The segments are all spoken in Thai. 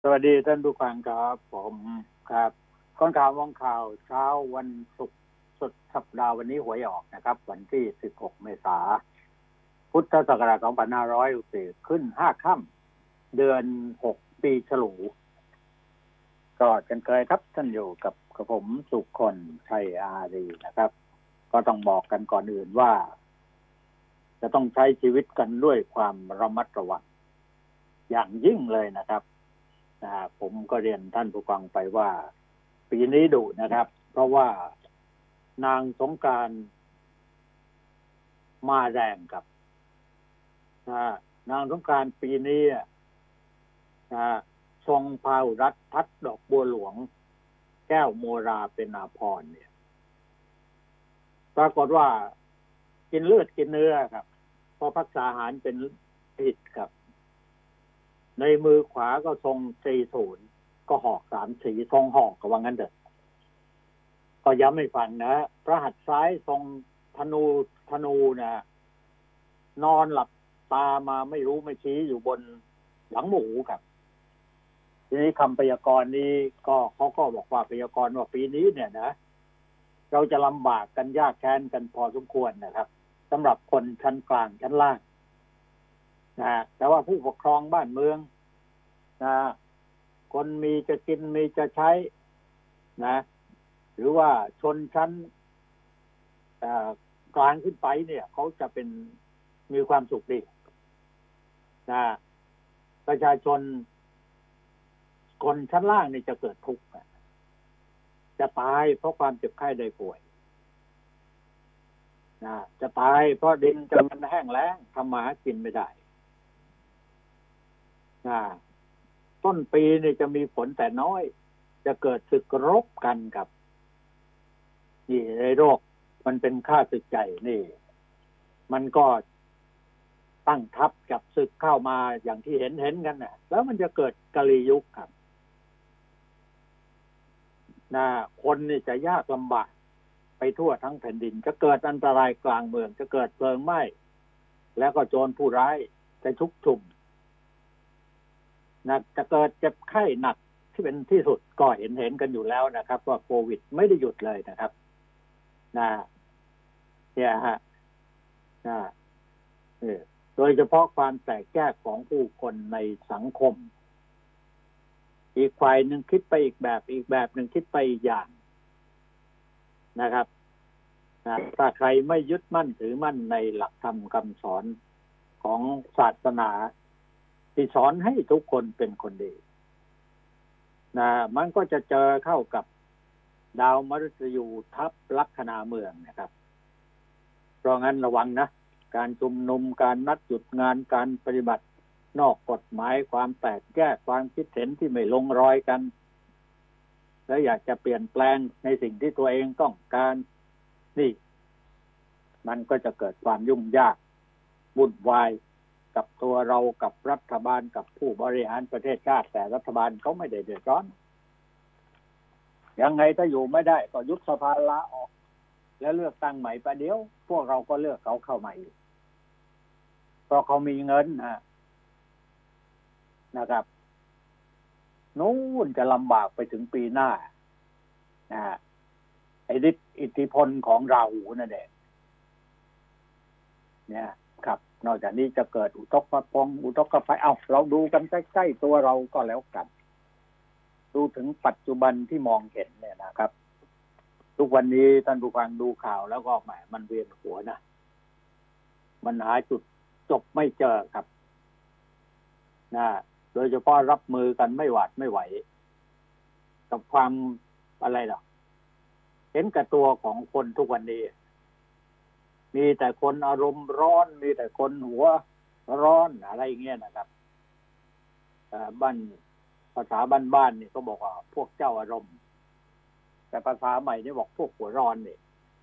สวัสดีท่านผู้ฟังครับผมครับก้อนข่าวมองข่าวเช้าวันศุกร์สุดสัปดาห์วันนี้หวยออกนะครับวันที่16เมษายนพุทธศักราช2564ขึ้น5ค่ำเดือน6ปีฉลูก็เช่นเคยครับท่านอยู่กับผมสุคนชัยอารีนะครับก็ต้องบอกกันก่อนอื่นว่าจะต้องใช้ชีวิตกันด้วยความระมัดระวังอย่างยิ่งเลยนะครับผมก็เรียนท่านผู้ฟังไปว่าปีนี้ดุนะครับเพราะว่านางสงกรานต์มาแรงครับนางสงกรานต์ปีนี้ทรงพาหุรัตน์ทัดดอกบัวหลวงแก้วโมราเป็นอาภรณ์เนี่ยปรากฏว่ากินเลือดกินเนื้อครับพอพักษาอาหารเป็นผิดครับในมือขวาก็ทรง40ก็หอก34ทรงหอกก็ว่างั้นเถอะก็ย้ำให้ฟังนะพระหัตถ์ซ้ายทรงธนูนะนอนหลับตามาไม่รู้ไม่ชี้อยู่บนหลังหมูครับทีนี้คำพยากรณ์นี้ก็เขาก็บอกว่าพยากรณ์ว่าปีนี้เนี่ยนะเราจะลำบากกันยากแค้นกันพอสมควรนะครับสำหรับคนชั้นกลางชั้นล่างแต่ว่าผู้ปกครองบ้านเมืองคนมีจะกินมีจะใช้นะหรือว่าชนชั้นกลางขึ้นไปเนี่ยเขาจะเป็นมีความสุขดีประชาชนคนชั้นล่างนี่จะเกิดทุกข์จะตายเพราะความเจ็บไข้ได้ป่วยจะตายเพราะดินจะมันแห้งแล้งทำมาหากินไม่ได้ต้นปีนี่จะมีฝนแต่น้อยจะเกิดศึกรบกันกับนี่ในโรคมันเป็นข้าศึกใจนี่มันก็ตั้งทัพจับศึกเข้ามาอย่างที่เห็นกันน่ะแล้วมันจะเกิดกาลียุคครับคนนี่จะยากลำบากไปทั่วทั้งแผ่นดินจะเกิดอันตรายกลางเมืองจะเกิดเพลิงไหม้แล้วก็โจรผู้ร้ายจะชุกชุมจะเกิดเจ็บไข้หนักที่เป็นที่สุดก็เห็นกันอยู่แล้วนะครับว่าโควิดไม่ได้หยุดเลยนะครับเนี่ยฮะโดยเฉพาะความแตกแยกของผู้คนในสังคมอีกฝ่ายหนึ่งคิดไปอีกแบบหนึ่งคิดไปอีกอย่างนะครับถ้าใครไม่ยึดมั่นถือมั่นในหลักธรรมคำสอนของศาสนาที่สอนให้ทุกคนเป็นคนดีมันก็จะเจอเข้ากับดาวมฤตยูทับลัคนาเมืองนะครับเพราะงั้นระวังนะการชุมนุมการนัดหยุดงานการปฏิบัตินอกกฎหมายความแตกแยกความคิดเห็นที่ไม่ลงรอยกันแล้วอยากจะเปลี่ยนแปลงในสิ่งที่ตัวเองต้องการนี่มันก็จะเกิดความยุ่งยากวุ่นวายกับตัวเรากับรัฐบาลกับผู้บริหารประเทศชาติแต่รัฐบาลเขาไม่ได้เดือดร้อนยังไงถ้าอยู่ไม่ได้ก็ยุบสภาลาออกแล้วเลือกตั้งใหม่ประเดี๋ยวพวกเราก็เลือกเขาเข้าใหม่เพราะเขามีเงินนะครับนู้นจะลำบากไปถึงปีหน้าไอ้ฤทธิ์อิทธิพลของราหูนั่นเองเนี่ยครับนอกจากนี้จะเกิดอุทกภัยเราดูกันใกล้ๆตัวเราก็แล้วกันดูถึงปัจจุบันที่มองเห็นเนี่ยนะครับทุกวันนี้ท่านผู้ฟังดูข่าวแล้วก็แหมมันเวียนหัวนะมันหาจุดจบไม่เจอครับโดยเฉพาะรับมือกันไม่หวาดไม่ไหวกับความอะไรหรอเห็นกับตัวของคนทุกวันนี้มีแต่คนอารมณ์ร้อนมีแต่คนหัวร้อนอะไรอย่างเงี้ยนะครับภาษาบ้านๆนี่ก็บอกว่าพวกเจ้าอารมณ์แต่ภาษาใหม่นี่บอกพวกหัวร้อนนี่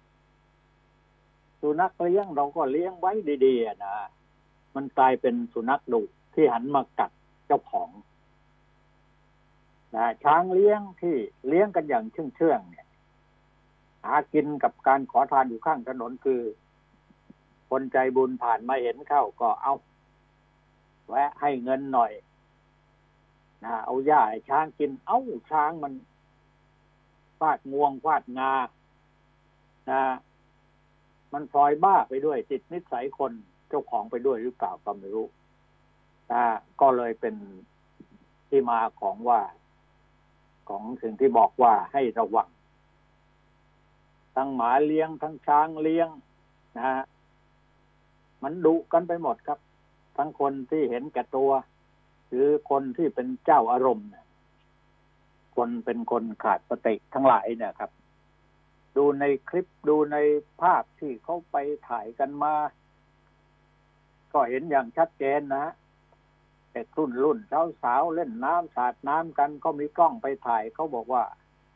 สุนัขเลี้ยงเราก็เลี้ยงไว้ดีๆนะมันกลายเป็นสุนัขดุที่หันมากัดเจ้าของช้างเลี้ยงที่เลี้ยงกันอย่างเชื่องๆเนี่ยหากินกับการขอทานอยู่ข้างถนนคือคนใจบุญผ่านมาเห็นเข้าก็เอาแวะให้เงินหน่อยนะเอาหญ้าให้ช้างกินเอ้าช้างมันฟาดงวงฟาดงานะมันพลอยบ้าไปด้วยติดนิสัยคนเจ้าของไปด้วยหรือเปล่าก็ไม่รู้นะก็เลยเป็นที่มาของว่าของสิ่งที่บอกว่าให้ระวังทั้งหมาเลี้ยงทั้งช้างเลี้ยงนะมันดุกันไปหมดครับทั้งคนที่เห็นแก่ตัวหรือคนที่เป็นเจ้าอารมณ์คนเป็นคนขาดสติทั้งหลายเนี่ยครับดูในคลิปดูในภาพที่เขาไปถ่ายกันมาก็เห็นอย่างชัดเจนนะเด็กรุ่นสาวๆเล่นน้ำสาดน้ำกันก็มีกล้องไปถ่ายเขาบอกว่า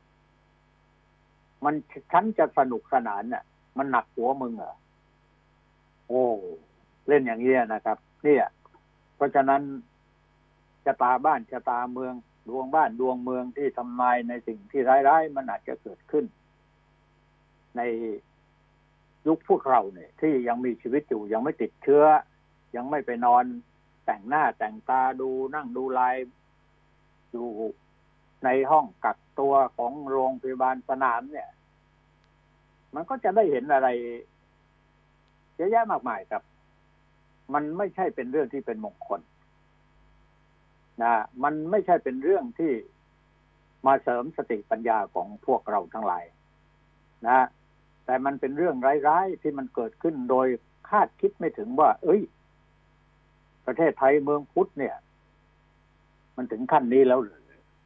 มันฉันจะสนุกสนานเนี่ยมันหนักหัวมึงเหรอโอ้เล่นอย่างนี้นะครับเนี่ยเพราะฉะนั้นชะตาบ้านชะตาเมืองดวงบ้านดวงเมืองที่ทำนายในสิ่งที่ร้ายๆมันอาจจะเกิดขึ้นในยุคพวกเราเนี่ยที่ยังมีชีวิตอยู่ยังไม่ติดเชื้อยังไม่ไปนอนแต่งหน้าแต่งตาดูนั่งดูไลน์อยู่ในห้องกักตัวของโรงพยาบาลสนามเนี่ยมันก็จะได้เห็นอะไรเยอะแยะมากมายครับมันไม่ใช่เป็นเรื่องที่เป็นมงคลนะมันไม่ใช่เป็นเรื่องที่มาเสริมสติปัญญาของพวกเราทั้งหลายนะแต่มันเป็นเรื่องร้ายๆที่มันเกิดขึ้นโดยคาดคิดไม่ถึงว่าประเทศไทยเมืองพุทธเนี่ยมันถึงขั้นนี้แล้วหรือ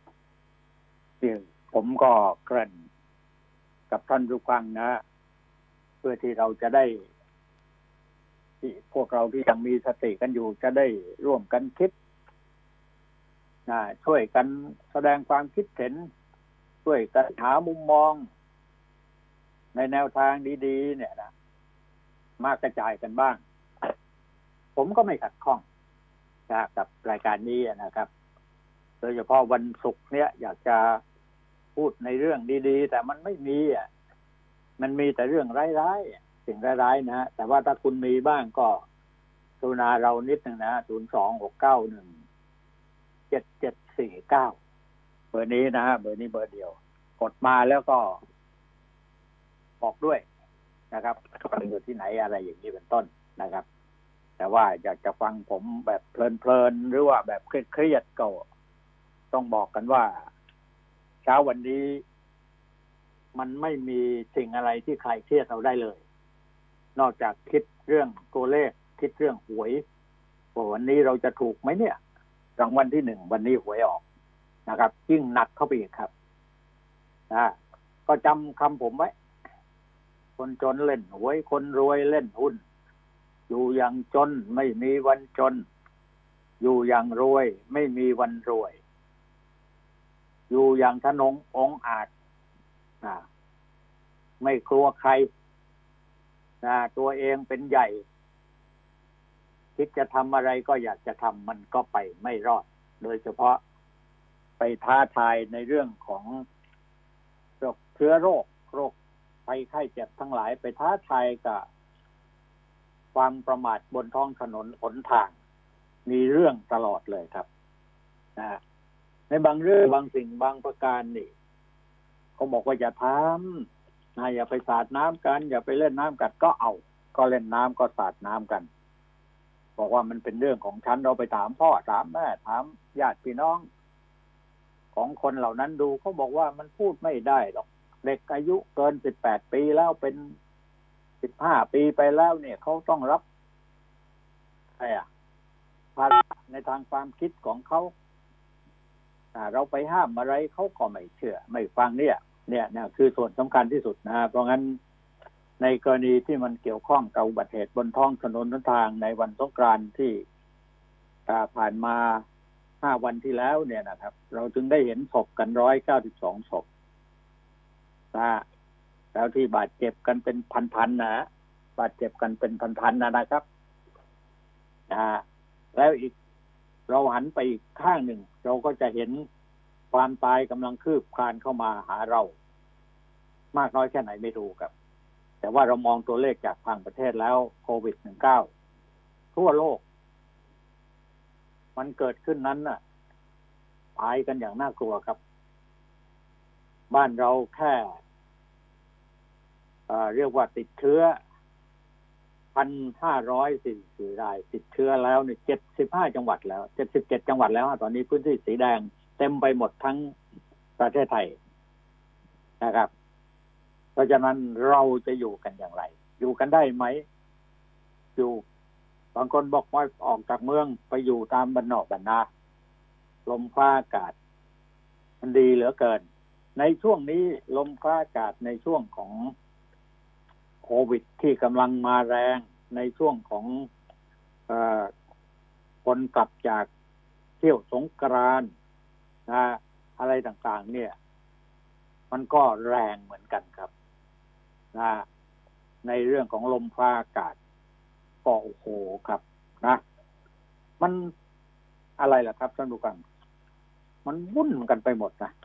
ผมก็เกริ่นกับท่านผู้ฟังนะเพื่อที่เราจะได้ที่พวกเราที่ยังมีสติกันอยู่จะได้ร่วมกันคิดช่วยกันแสดงความคิดเห็นช่วยกันหามุมมองในแนวทางดีๆเนี่ยนะมากระจายกันบ้างผมก็ไม่ขัดข้องกับรายการนี้นะครับโดยเฉพาะวันศุกร์เนี่ยอยากจะพูดในเรื่องดีๆแต่มันไม่มีมันมีแต่เรื่องร้ายๆสิ่งร้ายๆนะแต่ว่าถ้าคุณมีบ้างก็กรุณาเรานิดนึงนะ026917749เบอร์นี้นะเบอร์นี้เบอร์เดียวกดมาแล้วก็บอกด้วยนะครับอยู่ที่ไหนอะไรอย่างนี้เป็นต้นนะครับแต่ว่าอยากจะฟังผมแบบเพลินๆหรือว่าแบบเครียดๆก็ต้องบอกกันว่าเช้าวันนี้มันไม่มีสิ่งอะไรที่ใครเครียดเราได้เลยนอกจากคิดเรื่องตัวเลขคิดเรื่องหวยว่าวันนี้เราจะถูกไหมเนี่ยรางวัลที่1วันนี้หวยออกนะครับยิ่งหนักเข้าไปอีกครับก็จำคำผมไว้คนจนเล่นหวยคนรวยเล่นหุ้นอยู่อย่างจนไม่มีวันจนอยู่อย่างรวยไม่มีวันรวยอยู่อย่างทะนงองอาจไม่กลัวใครตัวเองเป็นใหญ่คิดจะทำอะไรก็อยากจะทำมันก็ไปไม่รอดโดยเฉพาะไปท้าทายในเรื่องของเชื้อโรคภัยไข้เจ็บทั้งหลายไปท้าทายกับความประมาทบนท้องถนนหนทางมีเรื่องตลอดเลยครับในบางเรื่องบางสิ่งบางประการนี่เขาบอกว่าอย่าทำอย่าไปสาดน้ำกันอย่าไปเล่นน้ำกันก็เล่นน้ำก็สาดน้ำกันบอกว่ามันเป็นเรื่องของฉันเราไปถามพ่อถามแม่ถามญาติพี่น้องของคนเหล่านั้นดูเขาบอกว่ามันพูดไม่ได้หรอกเด็กอายุเกิน18ปีแล้วเป็น15ปีไปแล้วเนี่ยเขาต้องรับภาระในทางความคิดของเขาเราไปห้ามอะไรเขาก็ไม่เชื่อไม่ฟังเนี่ยคือส่วนสำคัญที่สุดนะเพราะงั้นในกรณีที่มันเกี่ยวข้องกับอุบัติเหตุบนท้องถนนทางในวันสงกรานต์ที่ผ่านมา5วันที่แล้วเนี่ยนะครับเราจึงได้เห็นศพกัน192ศพแล้วที่บาดเจ็บกันเป็นพันๆนะบาดเจ็บกันเป็นพันๆนะครับแล้วอีกเราหันไปอีกข้างหนึ่งเราก็จะเห็นความตายกำลังคืบคลานเข้ามาหาเรามากน้อยแค่ไหนไม่รู้ครับแต่ว่าเรามองตัวเลขจากทางประเทศแล้วโควิด19ทั่วโลกมันเกิดขึ้นนั้นน่ะตายกันอย่างน่ากลัวครับบ้านเราแค่เรียกว่าติดเชื้อ 1,544 รายติดเชื้อแล้วเนี่ย75 จังหวัดแล้ว77 จังหวัดแล้วตอนนี้พื้นที่สีแดงเต็มไปหมดทั้งประเทศไทยนะครับเพราะฉะนั้นเราจะอยู่กันอย่างไรอยู่กันได้ไหมอยู่บางคนบอกว่าออกจากเมืองไปอยู่ตามบ้านนอกบ้านนาลมฟ้าอากาศมันดีเหลือเกินในช่วงนี้ลมฟ้าอากาศในช่วงของโควิดที่กำลังมาแรงในช่วงของคนกลับจากเที่ยวสงกรานต์อะไรต่างๆเนี่ยมันก็แรงเหมือนกันครับในเรื่องของลมฟ้าอากาศก็โอ้โหครับนะมันอะไรล่ะครับท่านผู้ฟังมันวุ่นกันไปหมดนะ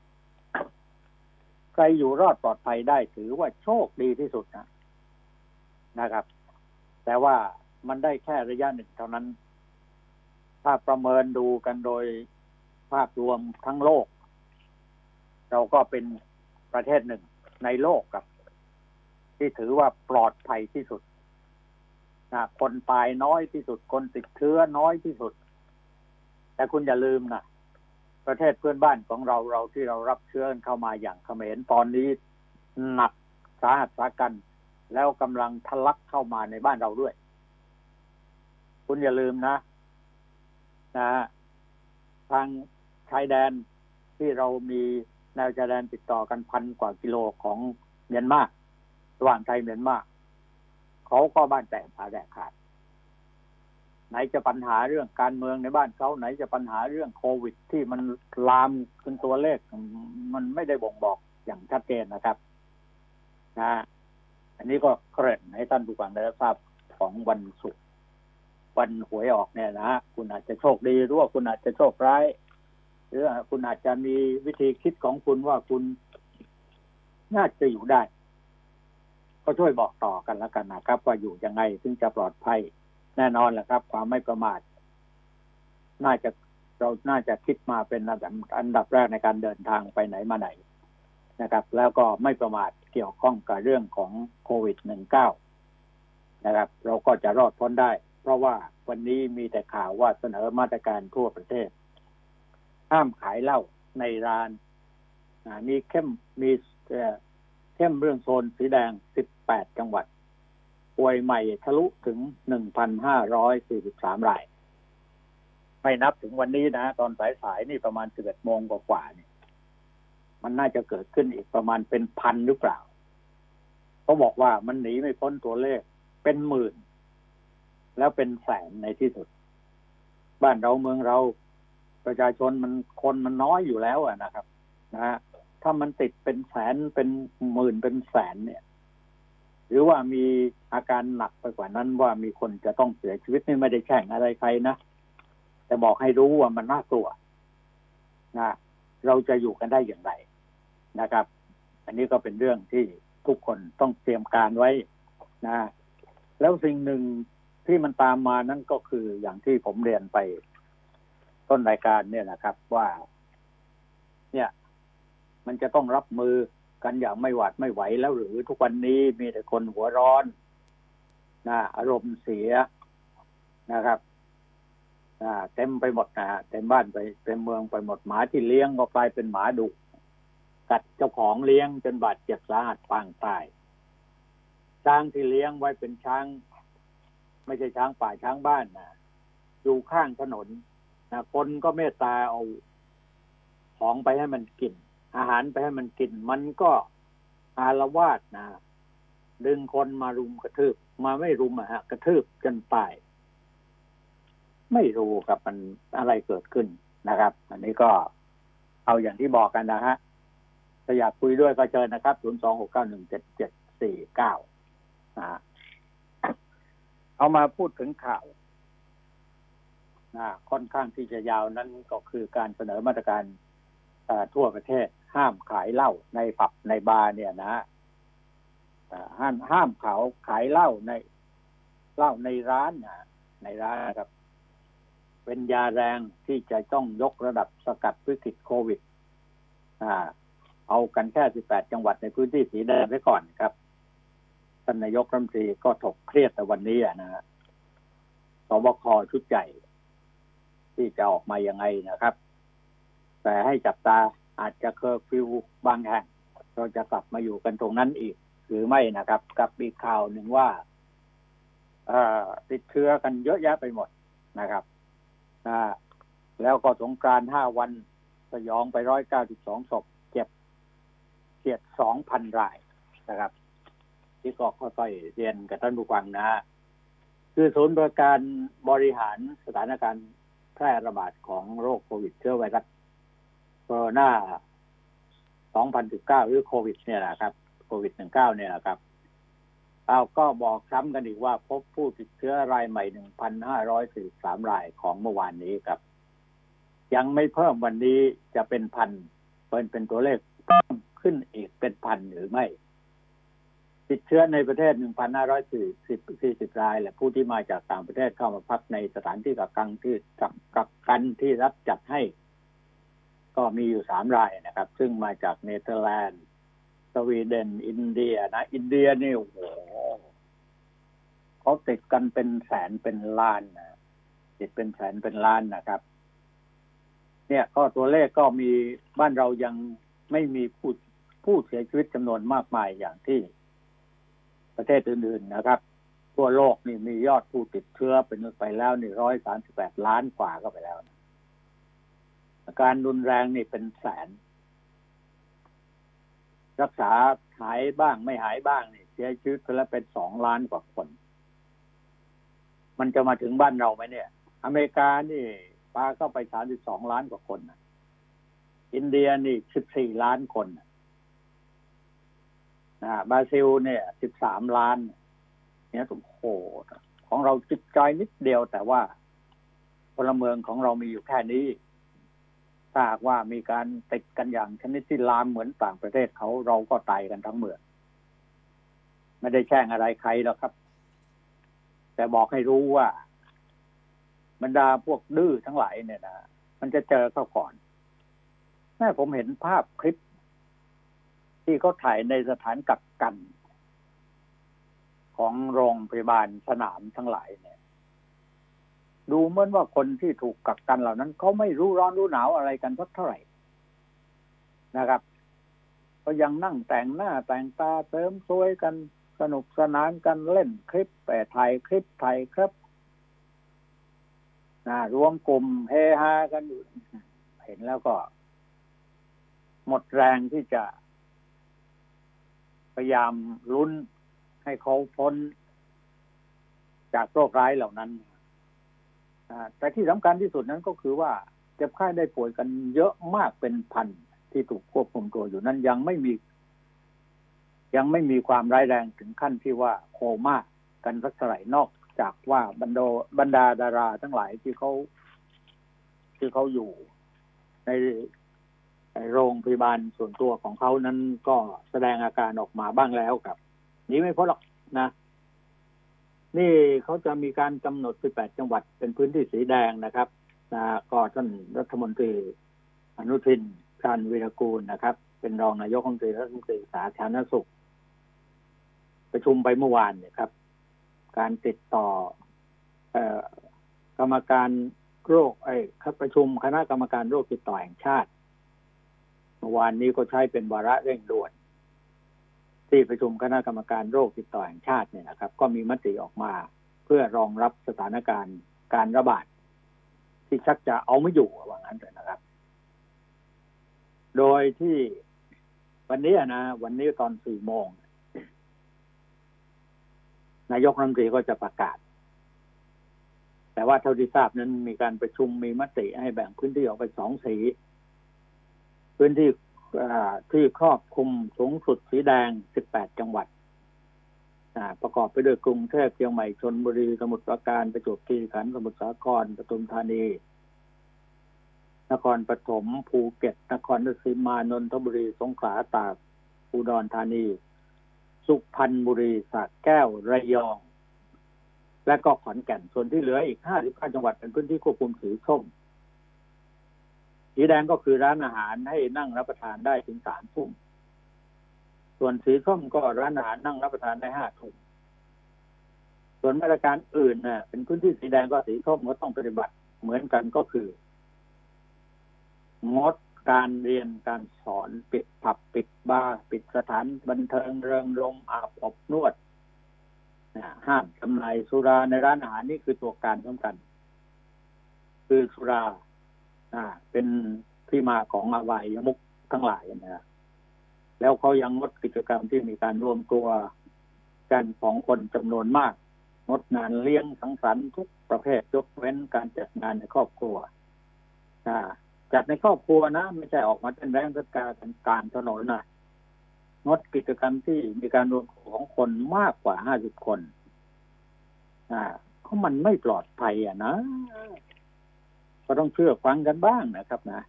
ใครอยู่รอดปลอดภัยได้ถือว่าโชคดีที่สุดนะครับแต่ว่ามันได้แค่ระยะหนึ่งเท่านั้นถ้าประเมินดูกันโดยภาพรวมทั้งโลกเราก็เป็นประเทศหนึ่งในโลกครับที่ถือว่าปลอดภัยที่สุดคนตายน้อยที่สุดคนติดเชื้อน้อยที่สุดแต่คุณอย่าลืมนะประเทศเพื่อนบ้านของเราที่เรารับเชื้อเข้ามาอย่างเขมรตอนนี้หนักสาหัสสากันแล้วกำลังทะลักเข้ามาในบ้านเราด้วยคุณอย่าลืมนะทางชายแดนที่เรามีแนวชายแดนติดต่อกัน 1,000 กว่ากิโลของเมียนมาระหว่างไทยเมียนมาเขาก็บ้านแตกผาแดกขาดไหนจะปัญหาเรื่องการเมืองในบ้านเขาไหนจะปัญหาเรื่องโควิดที่มันลามขึ้นตัวเลขมันไม่ได้บ่งบอกอย่างชัดเจนนะครับอันนี้ก็เกริ่นให้ท่านผู้ฟังได้ทราบของวันศุกร์วันหวยออกเนี่ยนะคุณอาจจะโชคดีหรือว่าคุณอาจจะโชคร้ายหรือคุณอาจจะมีวิธีคิดของคุณว่าคุณน่าจะอยู่ได้ก็ช่วยบอกต่อกันแล้วกันนะครับว่าอยู่ยังไงถึงจะปลอดภัยแน่นอนแหละครับความไม่ประมาทเราน่าจะคิดมาเป็นอันดับแรกในการเดินทางไปไหนมาไหนนะครับแล้วก็ไม่ประมาทเกี่ยวข้องกับเรื่องของโควิด -19 นะครับเราก็จะรอดพ้นได้เพราะว่าวันนี้มีแต่ข่าวว่าเสนอมาตรการทั่วประเทศห้ามขายเหล้าในร้านมีเข้มเรื่องโซนสีแดง18 จังหวัดป่วยใหม่ทะลุถึง 1,543 รายไม่นับถึงวันนี้นะตอนสายๆนี่ประมาณ 11 โมงกว่าๆนี่มันน่าจะเกิดขึ้นอีกประมาณเป็นพันหรือเปล่าเขาบอกว่ามันหนีไม่พ้นตัวเลขเป็นหมื่นแล้วเป็นแสนในที่สุดบ้านเราเมืองเราประชาชนคนมันน้อยอยู่แล้วนะครับถ้ามันติดเป็นแสนเป็นหมื่นเป็นแสนเนี่ยหรือว่ามีอาการหนักไปกว่านั้นว่ามีคนจะต้องเสียชีวิตนี่ไม่ได้แข่งอะไรใครนะแต่บอกให้รู้ว่ามันน่ากลัวเราจะอยู่กันได้อย่างไรนะครับอันนี้ก็เป็นเรื่องที่ทุกคนต้องเตรียมการไว้แล้วสิ่งหนึ่งที่มันตามมานั่นก็คืออย่างที่ผมเรียนไปต้นรายการเนี่ยนะครับว่าเนี่ยมันจะต้องรับมือกันอย่างไม่หวาดไม่ไหวแล้วหรือทุกวันนี้มีแต่คนหัวร้อนอารมณ์เสียนะครับเต็มไปหมดเต็มบ้านไปเต็มเมืองไปหมดหมาที่เลี้ยงก็กลายเป็นหมาดุกัดเจ้าของเลี้ยงจนบาดเจ็บสาหัสปางตายช้างที่เลี้ยงไว้เป็นช้างไม่ใช่ช้างป่าช้างบ้านอยู่ข้างถนนคนก็เมตตาเอาของไปให้มันกินอาหารไปให้มันกินมันก็อาละวาดดึงคนมารุมกระทืบมาไม่รุมกระทืบจนตายไม่รู้ครับมันอะไรเกิดขึ้นนะครับอันนี้ก็เอาอย่างที่บอกกันนะฮะถ้าอยากคุยด้วยก็เชิญนะครับ026917749เอามาพูดถึงข่าวค่อนข้างที่จะยาวนั้นก็คือการเสนอมาตรการทั่วประเทศห้ามขายเหล้าในผับในบาร์เนี่ยนะห้ามขายเหล้าในร้านในร้านครับเวเป็นยาแรงที่จะต้องยกระดับสกัดวิกฤตโควิดเอากันแค่18จังหวัดในพื้นที่สีแดงไว้ก่อนครับท่านนายกรัฐมนตรีก็ถกเครียดแต่วันนี้นะฮะสบคชุดใหญ่ที่จะออกมายังไงนะครับแต่ให้จับตาอาจจะเคอร์ฟิวบางแห่งเราจะกลับมาอยู่กันตรงนั้นอีกหรือไม่นะครับกับอีกข่าวหนึ่งว่าติดเชื้อกันเยอะแยะไปหมดนะครับแล้วก็สงกรานต์5 วันสยองไป192 ศพเจ็บเฉียด 2,000 รายนะครับที่ก็ค่อยๆเรียนกับท่านผู้ฟังนะคือศูนย์บริการบริหารสถานการณ์แพร่ระบาดของโรคโควิดเชื้อไวรัสโคโรนา2019หรือโควิดเนี่ยนะครับโควิด19เนี่ยนะครับก็บอกซ้ำกันอีกว่าพบผู้ติดเชื้อรายใหม่ 1,543 รายของเมื่อวานนี้ครับยังไม่เพิ่มวันนี้จะเป็นพันเป็นตัวเลขเพิ่มขึ้นอีกเป็นพันหรือไม่ติดเชื้อในประเทศ 1,540 รายและผู้ที่มาจากต่างประเทศเข้ามาพักในสถานที่กักกันที่รัฐจัดให้ก็มีอยู่3 รายนะครับซึ่งมาจากเนเธอร์แลนด์สวีเดนอินเดียนะอินเดียนี่โอ้โหเขาติดกันเป็นแสนเป็นล้านนะติดเป็นแสนเป็นล้านนะครับเนี่ยก็ตัวเลขก็มีบ้านเรายังไม่มีผู้เสียชีวิตจำนวนมากมายอย่างที่ประเทศอื่นๆนะครับทั่วโลกนี่มียอดผู้ติดเชื้อเป็นไปแล้วนี่138 ล้านกว่าก็ไปแล้วนะอาการรุนแรงนี่เป็นแสนรักษาหายบ้างไม่หายบ้างนี่เสียชีวิตไปแล้วเป็น2 ล้านกว่าคนมันจะมาถึงบ้านเราไหมเนี่ยอเมริกานี่ปาเข้าไป32 ล้านกว่าคนอินเดียนี่14 ล้านคนบราซิลเนี่ย13 ล้านเนี่ยโอ้โหของเราจิตใจนิดเดียวแต่ว่าพลเมืองของเรามีอยู่แค่นี้ถ้าหากว่ามีการติดกันอย่างชนิดที่ลามเหมือนต่างประเทศเขาเราก็ตายกันทั้งเมืองไม่ได้แช่งอะไรใครหรอกครับแต่บอกให้รู้ว่าบรรดาพวกดื้อทั้งหลายเนี่ยนะมันจะเจอเข้าก่อนแม่ผมเห็นภาพคลิปที่เขาถ่ายในสถานกักกันของโรงพยาบาลสนามทั้งหลายเนี่ยดูเหมือนว่าคนที่ถูกกักกันเหล่านั้นเขาไม่รู้ร้อนรู้หนาวอะไรกันสักเท่าไหร่นะครับก็ยังนั่งแต่งหน้าแต่งตาเติมสวยกันสนุกสนานกันเล่นคลิปถ่ายคลิปถ่ายครับรวมกลุ่มเฮฮากันอยู่เห็นแล้วก็หมดแรงที่จะพยายามลุ้นให้เขาพ้นจากโรคร้ายเหล่านั้นแต่ที่สำคัญที่สุดนั้นก็คือว่าเจ็บไข้ได้ป่วยกันเยอะมากเป็นพันที่ถูกควบคุมตัวอยู่นั้นยังไม่มีความร้ายแรงถึงขั้นที่ว่าโคม่ากันสักเท่าไหร่นอกจากว่าบรรดาดาราทั้งหลายที่เขาอยู่ในโรงพยาบาลส่วนตัวของเขานั้นก็แสดงอาการออกมาบ้างแล้วครับนี้ไม่พ้นหรอกนะนี่เขาจะมีการกำหนด18จังหวัดเป็นพื้นที่สีแดงนะครับก็ท่านรัฐมนตรีอนุทินชาญวีรกูลนะครับเป็นรองนายกรัฐมนตรีสาธารณสุขประชุมไปเมื่อวานเนี่ยครับการติดต่อกรรมการโรคประชุมคณะกรรมการโรคติดต่อแห่งชาติเมื่อวานนี้ก็ใช้เป็นวาระเร่งด่วนที่ประชุมคณะกรรมการโรคติดต่อแห่งชาติเนี่ยนะครับก็มีมติออกมาเพื่อรองรับสถานการณ์การระบาดที่ชักจะเอาไม่อยู่ว่างั้นเลยนะครับโดยที่วันนี้ตอน4 โมงนายกรัฐมนตรีก็จะประกาศแต่ว่าเท่าที่ทราบนั้นมีการประชุมมีมติให้แบ่งพื้นที่ออกเป็น2 สีพื้นที่ที่ครอบคลุมสูงสุดสีแดง18จังหวัดประกอบไปด้วยกรุงเทพเชียงใหม่ชลบุรีสมุทรปราการประจวบคีรีขันธ์สมุทรสาครปทุมธานีนครปฐมภูเก็ตนครราชสีมานนทบุรีสงขลาตากอุดรธานีสุพรรณบุรีสระแก้วระยอง แและก็ขอนแก่นส่วนที่เหลืออีก55จังหวัดเป็นพื้นที่ควบคุมสีส้มสีแดงก็คือร้านอาหารให้นั่งรับประทานได้ถึง3 ทุ่มส่วนสีส้มก็ร้านอาหารนั่งรับประทานได้5 ทุ่มส่วนมาตรการอื่นน่ะเป็นพื้นที่สีแดงก็สีส้มก็ต้องปฏิบัติเหมือนกันก็คืองดการเรียนการสอนปิดผับปิดบาร์ปิดสถานบันเทิงเริงรมย์อาบอบนวดห้ามจำหน่ายสุราในร้านอาหารนี่คือตัวการสำคัญคือสุราเป็นที่มาของอบายมุขทั้งหลายนะแล้วเขายังงดกิจกรรมที่มีการรวมตัวกันของคนจำนวนมากงดงานเลี้ยงสังสรรค์ทุกประเภทยกเว้นการจัดงานในครอบครัวจัดในครอบครัวนะไม่ใช่ออกมาเป็นแรงกการถนนนะงดกิจกรรมที่มีการรวมตัวของคนมากกว่า50 คนเพราะมันไม่ปลอดภัยนะก็ต้องเชื่อฟังกันบ้างนะครับนะ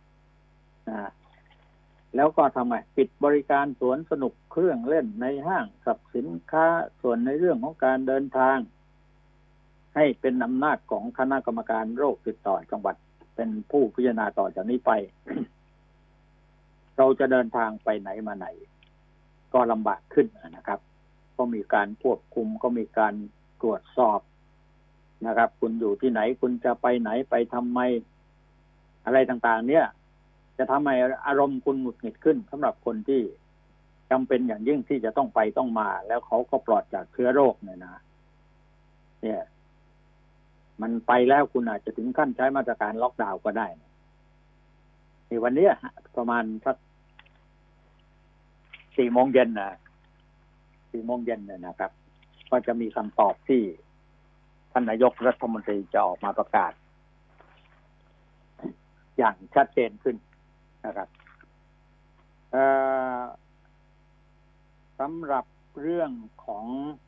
แล้วก็ทำไมปิดบริการสวนสนุกเครื่องเล่นในห้างสรรพสินค้าส่วนในเรื่องของการเดินทางให้เป็นอำนาจของคณะกรรมการโรคติดต่อจังหวัดเป็นผู้พิจารณาต่อจากนี้ไป เราจะเดินทางไปไหนมาไหนก็ลำบากขึ้นนะครับก็มีการควบคุมก็มีการตรวจสอบนะครับคุณอยู่ที่ไหนคุณจะไปไหนไปทำไมอะไรต่างๆเนี่ยจะทำให้อารมณ์คุณหงุดหงิดขึ้นสำหรับคนที่จำเป็นอย่างยิ่งที่จะต้องไปต้องมาแล้วเขาก็ปลอดจากเชื้อโรคเนี่ยมันไปแล้วคุณอาจจะถึงขั้นใช้มาตรการล็อกดาวน์ก็ได้ในวันนี้ประมาณสัก4 โมงเย็นนะครับ ก็จะมีคำตอบที่ท่านนายกรัฐมนตรีจะออกมาประกาศอย่างชัดเจนขึ้นนะครับสำหรับเรื่องของ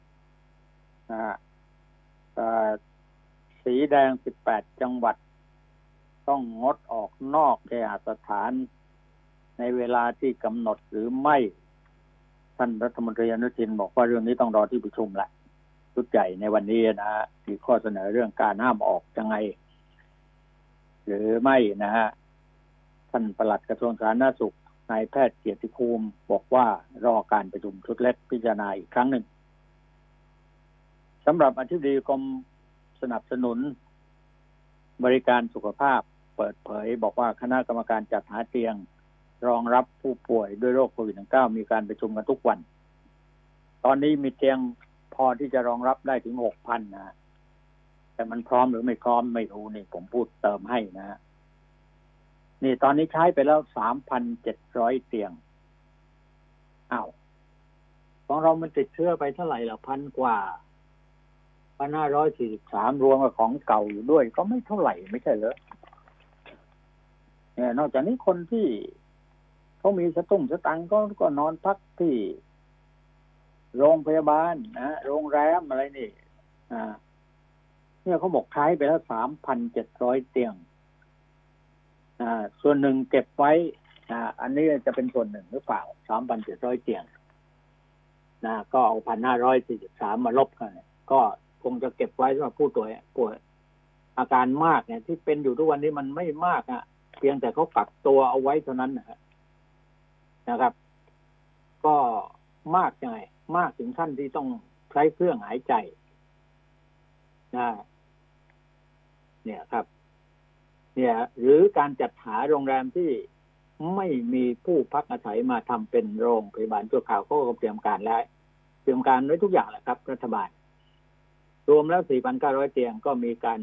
สีแดง18 จังหวัดต้องงดออกนอกเคหสถานในเวลาที่กำหนดหรือไม่ท่านรัฐมนตรีอนุทินบอกว่าเรื่องนี้ต้องรอที่ประชุมแหละชุดใหญ่ในวันนี้มีข้อเสนอเรื่องการห้ามออกยังไงหรือไม่ท่านปลัดกระทรวงสาธารณสุขนายแพทย์เกียรติภูมิบอกว่ารอการประชุมชุดเล็กพิจารณาอีกครั้งหนึ่งสำหรับอธิบดีกรมสนับสนุนบริการสุขภาพเปิดเผยบอกว่าคณะกรรมการจัดหาเตียงรองรับผู้ป่วยด้วยโรคโควิด -19 มีการประชุมกันทุกวันตอนนี้มีเตียงพอที่จะรองรับได้ถึง 6,000 นะแต่มันพร้อมหรือไม่พร้อมไม่รู้นี่ผมพูดเติมให้นี่ตอนนี้ใช้ไปแล้ว 3,700 เตียงของเรามันติดเชื้อไปเท่าไหร่ล่ะ1,000 กว่า 1,543 รวมกับของเก่าอยู่ด้วยก็ไม่เท่าไหร่ไม่ใช่เหรอเนี่ยนอกจากนี้คนที่เขามีสตังค์ก็นอนพักที่โรงพยาบาลโรงแรมอะไรนี่เนี่ยเขาบอกใช้ไปแล้ว 3,700 เตียงส่วนหนึ่งเก็บไว้อันนี้จะเป็นส่วนหนึ่งหรือเปล่า 3,700 เตียงก็เอา 1,543 มาลบกันก็คงจะเก็บไว้สำหรับผู้ป่วยอาการมากเนี่ยที่เป็นอยู่ทุกวันนี้มันไม่มากเพียงแต่เขากักตัวเอาไว้เท่านั้นนะครับ ก็มากยังไงมากถึงขั้นที่ต้องใช้เครื่องหายใจเนี่ยครับเนี่ยหรือการจัดหาโรงแรมที่ไม่มีผู้พักอาศัยมาทำเป็นโรงพยาบาลชั่วคราวก็เตรียมการไว้ทุกอย่างแหละครับรัฐบาลรวมแล้ว 4,900 เตียงก็มีการ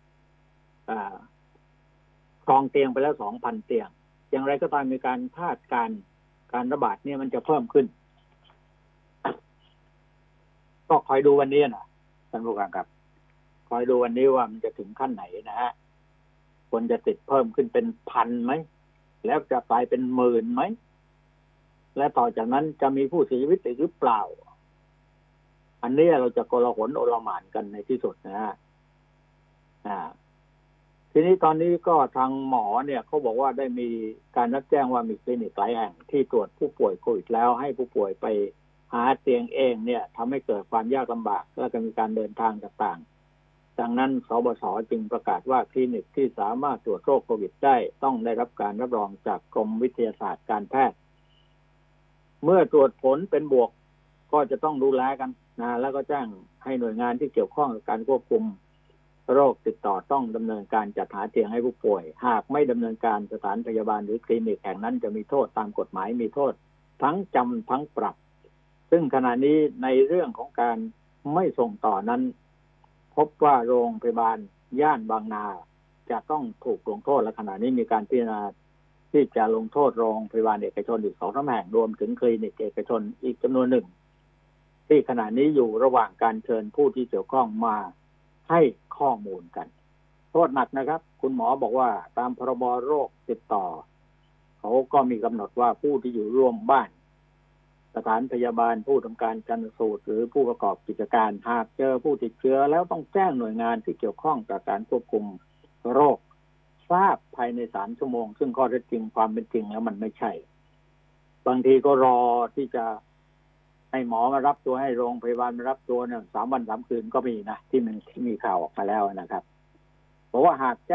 ครองเตียงไปแล้ว 2,000 เตียงอย่างไรก็ตามมีการคาดการระบาดเนี่ยมันจะเพิ่มขึ้นก็คอยดูวันนี้ท่านผู้การครับคอยดูวันนี้ว่ามันจะถึงขั้นไหนคนจะติดเพิ่มขึ้นเป็น 1,000 ไหมแล้วจะกลายเป็น 10,000 ไหมและต่อจากนั้นจะมีผู้เสียชีวิตหรือเปล่าอันนี้เราจะโกลาหลโอลหม่านกันในที่สุดทีนี้ตอนนี้ก็ทางหมอเนี่ยเขาบอกว่าได้มีการรับแจ้งว่ามีคลินิกหลายแห่งที่ตรวจผู้ป่วยโควิดแล้วให้ผู้ป่วยไปหาเตียงเองเนี่ยทำให้เกิดความยากลำบากและก็มีการเดินทางต่างดังนั้นสบศจึงประกาศว่าคลินิกที่สามารถตรวจโรคโควิดได้ต้องได้รับการรับรองจากกรมวิทยาศาสตร์การแพทย์เมื่อตรวจผลเป็นบวกก็จะต้องดูแลกันนะแล้วก็แจ้งให้หน่วยงานที่เกี่ยวข้องกับการควบคุมโรคติดต่อต้องดำเนินการจัดหาเตียงให้ผู้ป่วยหากไม่ดำเนินการสถานพยาบาลหรือคลินิกแห่งนั้นจะมีโทษตามกฎหมายมีโทษทั้งจำทั้งปรับซึ่งขณะนี้ในเรื่องของการไม่ส่งต่อนั้นพบว่าโรงพยาบาลย่านบางนาจะต้องถูกลงโทษและขณะนี้มีการพิจารณาที่จะลงโทษโรงพยาบาลเอกชนอีก2-3 แห่งรวมถึงคลินิกเอกชนอีกจำนวนหนึ่งที่ขณะนี้อยู่ระหว่างการเชิญผู้ที่เกี่ยวข้องมาให้ข้อมูลกันโทษหนักนะครับคุณหมอบอกว่าตามพรบโรคติดต่อเขาก็มีกำหนดว่าผู้ที่อยู่ร่วมบ้านสถานพยาบาลผู้ทำการชันสูตรหรือผู้ประกอบกิจการหากเจอผู้ติดเชื้อแล้วต้องแจ้งหน่วยงานที่เกี่ยวข้องกับการควบคุมโรคทราบภายใน3 ชั่วโมงซึ่งข้อเท็จจริงความเป็นจริงแล้วมันไม่ใช่บางทีก็รอที่จะให้หมอมารับตัวให้โรงพยาบาลมารับตัวเนี่ย3 วัน 3 คืนก็มีนะที่มีข่าวออกมาแล้วนะครับเพราะว่าหาก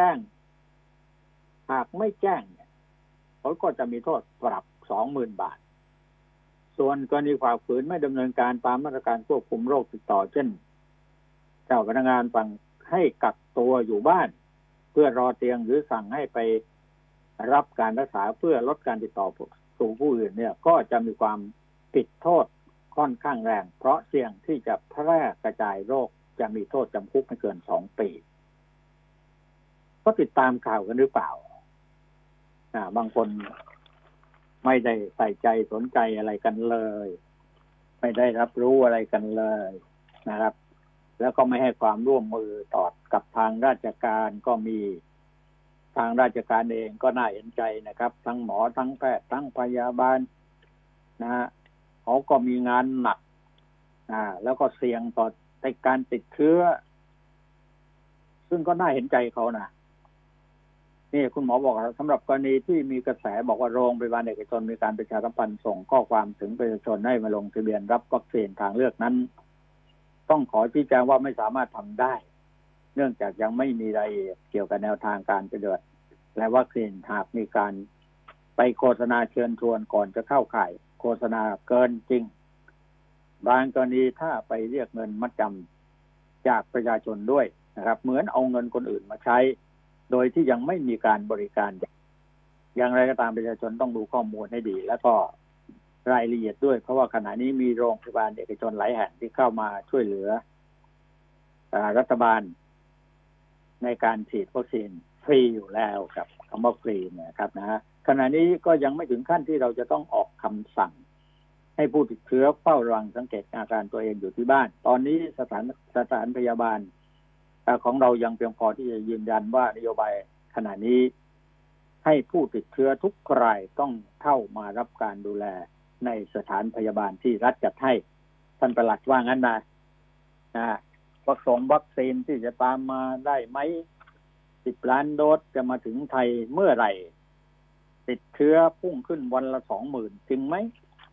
ไม่แจ้งเนี่ยเขาก็จะมีโทษปรับ 20,000 บาทส่วนกรณีฝ่าฝืนไม่ดำเนินการตามมาตรการควบคุมโรคติดต่อเช่นเจ้าพนักงานสั่งให้กักตัวอยู่บ้านเพื่อรอเตียงหรือสั่งให้ไปรับการรักษาเพื่อลดการติดต่อสู่ผู้อื่นเนี่ยก็จะมีความผิดโทษค่อนข้างแรงเพราะเสี่ยงที่จะแพร่กระจายโรคจะมีโทษจำคุกไม่เกิน2 ปีก็ติดตามข่าวกันหรือเปล่าบางคนไม่ได้ใส่ใจสนใจอะไรกันเลยไม่ได้รับรู้อะไรกันเลยนะครับแล้วก็ไม่ให้ความร่วมมือต่อกับทางราชการก็มีทางราชการเองก็น่าเห็นใจนะครับทั้งหมอทั้งแพทย์ทั้งพยาบาลนะฮะเขาก็มีงานหนักแล้วก็เสี่ยงต่อการติดเชื้อซึ่งก็น่าเห็นใจเขานะนี่คุณหมอบอกสำหรับกรณีที่มีกระแสบอกว่าโรงพยาบาลเอกชนมีการประชาสัมพันธ์ส่งข้อความถึงประชาชนให้มาลงทะเบียนรับวัคซีนทางเลือกนั้นต้องขอชี้แจงว่าไม่สามารถทำได้เนื่องจากยังไม่มีรายละเอียดเกี่ยวกับแนวทางการปฏิบัติและวัคซีนหากมีการไปโฆษณาเชิญชวนก่อนจะเข้าข่ายโฆษณาเกินจริงบางกรณีถ้าไปเรียกเงินมัดจำจากประชาชนด้วยนะครับเหมือนเอาเงินคนอื่นมาใช้โดยที่ยังไม่มีการบริการอย่างไรก็ตามประชาชนต้องดูข้อมูลให้ดีแล้วก็รายละเอียดด้วยเพราะว่าขณะนี้มีโรงพยาบาลเอกชนหลายแห่งที่เข้ามาช่วยเหลือรัฐบาลในการฉีดวัคซีนฟรีอยู่แล้วกับคำว่าฟรีเนี่ยครับนะขณะนี้ก็ยังไม่ถึงขั้นที่เราจะต้องออกคำสั่งให้ผู้ติดเชื้อเฝ้าระวังสังเกตอาการตัวเองอยู่ที่บ้านตอนนี้สถานพยาบาลของเรายังเพียงพอที่จะยืนยันว่านโยบายขณะนี้ให้ผู้ติดเชื้อทุกรายต้องเข้ามารับการดูแลในสถานพยาบาลที่รัฐจัดให้ท่านปลัดว่างั้นนะวัคซีนที่จะตามมาได้ไหม10 ล้านโดสจะมาถึงไทยเมื่อไหร่ติดเชื้อพุ่งขึ้นวันละ 20,000 จริงไหม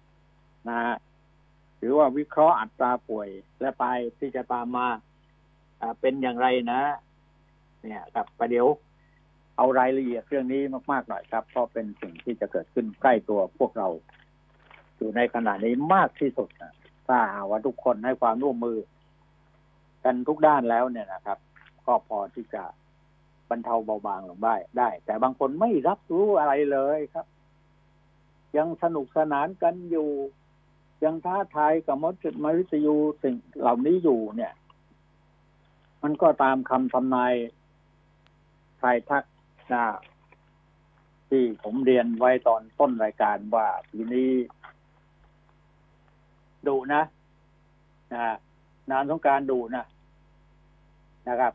หรือว่าวิเคราะห์อัตราป่วยและตายที่จะตามมาเป็นอย่างไรนะเนี่ยครับประเดี๋ยวเอารายละเอียดเรื่องนี้มากๆหน่อยครับเพราะเป็นสิ่งที่จะเกิดขึ้นใกล้ตัวพวกเราอยู่ในขณะนี้มากที่สุดนะถ้าว่าทุกคนให้ความร่วมมือกันทุกด้านแล้วเนี่ยนะครับก็พอที่จะบรรเทาเบาบางลงได้แต่บางคนไม่รับรู้อะไรเลยครับยังสนุกสนานกันอยู่ยังท้าทายกับมนุษยูสิ่งเหล่านี้อยู่เนี่ยมันก็ตามคำทำนายทายทักที่ผมเรียนไว้ตอนต้นรายการว่าปีนี้ดุนะนานสงกรานต์ดุนะครับ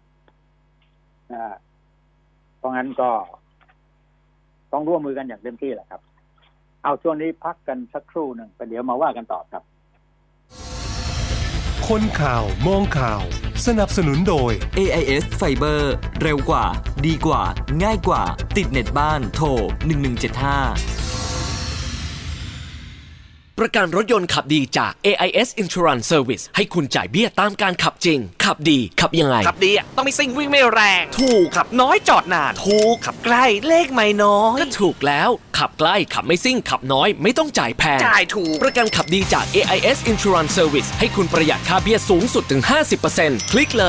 เพราะงั้นก็ต้องร่วมมือกันอย่างเต็มที่แหละครับเอาช่วงนี้พักกันสักครู่หนึ่งประเดี๋ยวมาว่ากันต่อครับคนข่าวมองข่าวสนับสนุนโดย AIS Fiber เร็วกว่าดีกว่าง่ายกว่าติดเน็ตบ้านโทร1175 ประกันรถยนต์ขับดีจาก AIS Insurance Service ให้คุณจ่ายเบี้ยตามการขับจริงขับดีขับยังไงขับดีต้องไม่ซิ่งวิ่งไม่แรงถูกขับน้อยจอดนานถูกขับใกล้เลขไม่น้อยก็ถูกแล้วขับใกล้ขับไม่ซิ่งขับน้อยไม่ต้องจ่ายแพงจ่ายถูกประกันขับดีจาก AIS Insurance Service ให้คุณประหยัดค่าเบี้ยสูงสุดถึง 50% คลิกเลย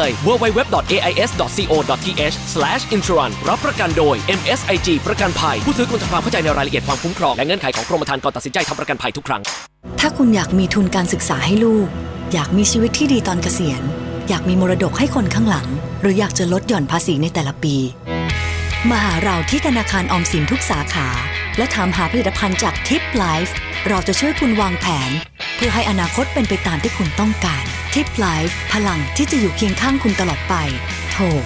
www.ais.co.th/insurance รับประกันโดย MSIG ประกันภัยผู้ซื้อควรทำความเข้าใจในรายละเอียดความคุ้มครองและเงื่อนไขของกรมธรรม์ก่อนตัดสินใจทำประกันภัยทุกครั้งถ้าคุณอยากมีทุนการศึกษาให้ลูกอยากมีชีวิตที่ดีตอนเกษียณอยากมีมรดกให้คนข้างหลังหรืออยากจะลดหย่อนภาษีในแต่ละปีมาหาเราที่ธนาคารออมสินทุกสาขาและถามหาผลิตภัณฑ์จาก Tip Life เราจะช่วยคุณวางแผนเพื่อให้อนาคตเป็นไปตามที่คุณต้องการ Tip Life พลังที่จะอยู่เคียงข้างคุณตลอดไปโทร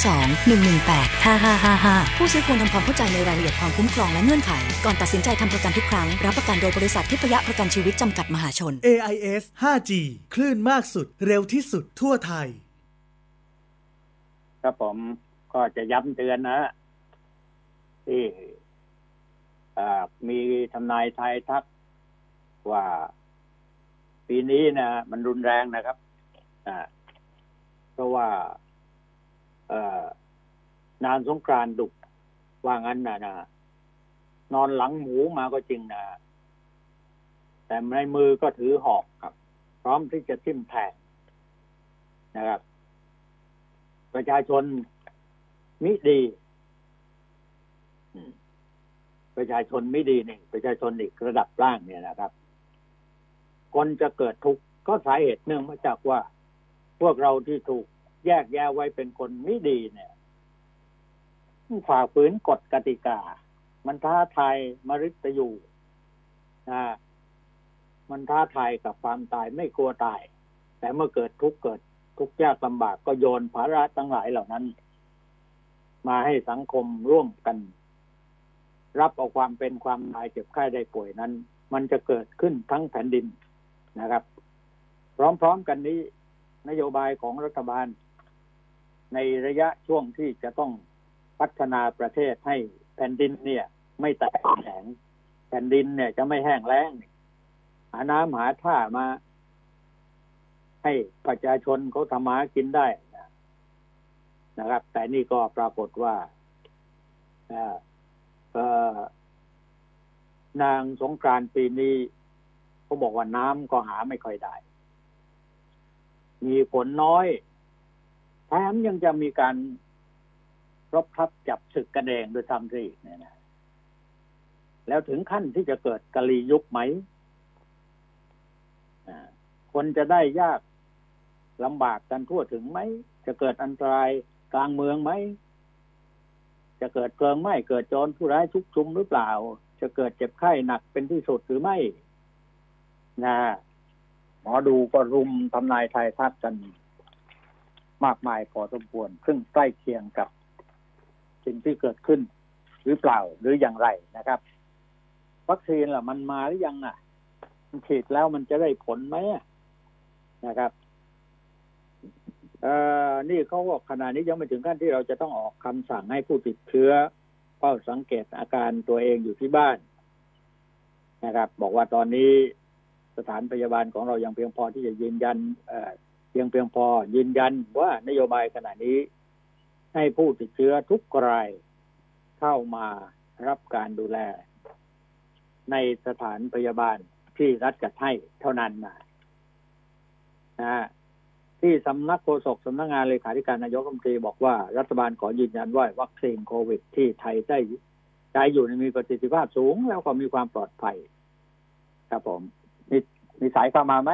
02-118-5555 ผู้ซื้อควรทำความเข้าใจในรายละเอียดความคุ้มครองและเงื่อนไขก่อนตัดสินใจทำประกันทุกครั้งรับประกันโดยบริษัททิพยประกันชีวิตจำกัดมหาชน AIS 5G คลื่นมากสุดเร็วที่สุดทั่วไทยครับผมก็จะย้ำเตือนนะที่มีทำนายไทยทักว่าปีนี้นะมันรุนแรงนะครับเพราะว่านานสงกรานต์ดุว่างั้นนะนอนหลังหมูมาก็จริงนะแต่ในมือก็ถือหอกครับพร้อมที่จะทิ่มแทงนะครับประชาชนมิดีประชาชนไม่ดีนี่ประชาชนอีกระดับล่างเนี่ยนะครับคนจะเกิดทุกข์ก็สาเหตุเนื่องมาจากว่าพวกเราที่ถูกแยกแยะไว้เป็นคนไม่ดีเนี่ยฝ่าฝืนกฎกติกามันท้าทายมฤตยูมันท้าทายกับความตายไม่กลัวตายแต่เมื่อเกิดทุกข์ยากลำบากก็โยนภาระทั้งหลายเหล่านั้นมาให้สังคมร่วมกันรับเอาความเป็นความตายเจ็บไข้ได้ป่วยนั้นมันจะเกิดขึ้นทั้งแผ่นดินนะครับพร้อมๆกันนี้นโยบายของรัฐบาลในระยะช่วงที่จะต้องพัฒนาประเทศให้แผ่นดินเนี่ยไม่แตกแข็งแผ่นดินเนี่ยจะไม่แห้งแล้งหาน้ำหาท่ามาให้ประชาชนเขาทำมากินได้นะครับแต่นี่ก็ปรากฏว่านางสงกรานต์ปีนี้เขาบอกว่าน้ำก็หาไม่ค่อยได้มีฝนน้อยแถมยังจะมีการรบทับจับศึกกันเองโดยซ้ำที่เนี่ยนะแล้วถึงขั้นที่จะเกิดกลียุคไหมคนจะได้ยากลำบากกันทั่วถึงไหมจะเกิดอันตรายกลางเมืองไหมจะเกิดเพลิงไหม้เกิดโจรผู้ร้ายชุกชุมหรือเปล่าจะเกิดเจ็บไข้หนักเป็นที่สุดหรือไม่นะหมอดูก็รุมทำนายทายทักกันมากมายพอสมควรซึ่งใกล้เคียงกับสิ่งที่เกิดขึ้นหรือเปล่าหรืออย่างไรนะครับวัคซีนล่ะมันมาหรือยังมันฉีดแล้วมันจะได้ผลไหมนะครับนี่เขาก็ขณะนี้ยังไม่ถึงขั้นที่เราจะต้องออกคำสั่งให้ผู้ติดเชื้อเฝ้าสังเกตอาการตัวเองอยู่ที่บ้านนะครับบอกว่าตอนนี้สถานพยาบาลของเรายังเพียงพอที่จะยืนยันเพียงพอยืนยันว่านโยบายขณะนี้ให้ผู้ติดเชื้อทุกรายเข้ามารับการดูแลในสถานพยาบาลที่รัฐจัดให้เท่านั้นที่สำนักโฆษกสำนักงานเลขาธิการนายกรัฐมนตรีบอกว่ารัฐบาลขอยืนยันว่าวัคซีนโควิดที่ไทยได้ใช้อยู่มีประสิทธิภาพสูงแล้วก็มีความปลอดภัยครับผมมีสายเข้ามาไหม